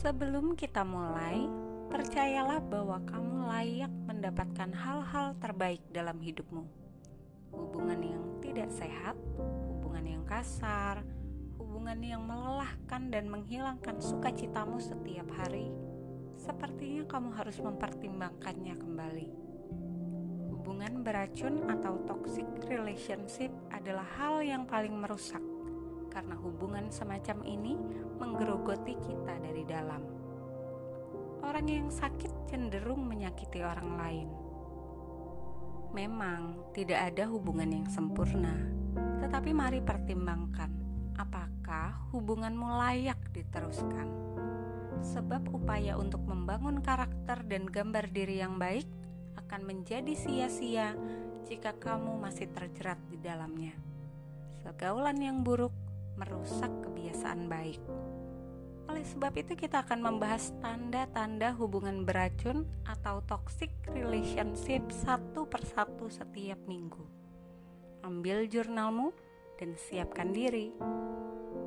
Sebelum kita mulai, percayalah bahwa kamu layak mendapatkan hal-hal terbaik dalam hidupmu. Hubungan yang tidak sehat, hubungan yang kasar, hubungan yang melelahkan dan menghilangkan sukacitamu setiap hari, sepertinya kamu harus mempertimbangkannya kembali. Hubungan beracun atau toxic relationship adalah hal yang paling merusak, karena hubungan semacam ini menggerogoti kita dari dalam. Orang yang sakit cenderung menyakiti orang lain. Memang tidak ada hubungan yang sempurna, tetapi mari pertimbangkan apakah hubunganmu layak diteruskan. Sebab upaya untuk membangun karakter dan gambar diri yang baik akan menjadi sia-sia jika kamu masih terjerat di dalamnya. Pergaulan yang buruk merusak kebiasaan baik. Oleh sebab itu kita akan membahas tanda-tanda hubungan beracun atau toxic relationship satu persatu setiap minggu. Ambil jurnalmu dan siapkan diri.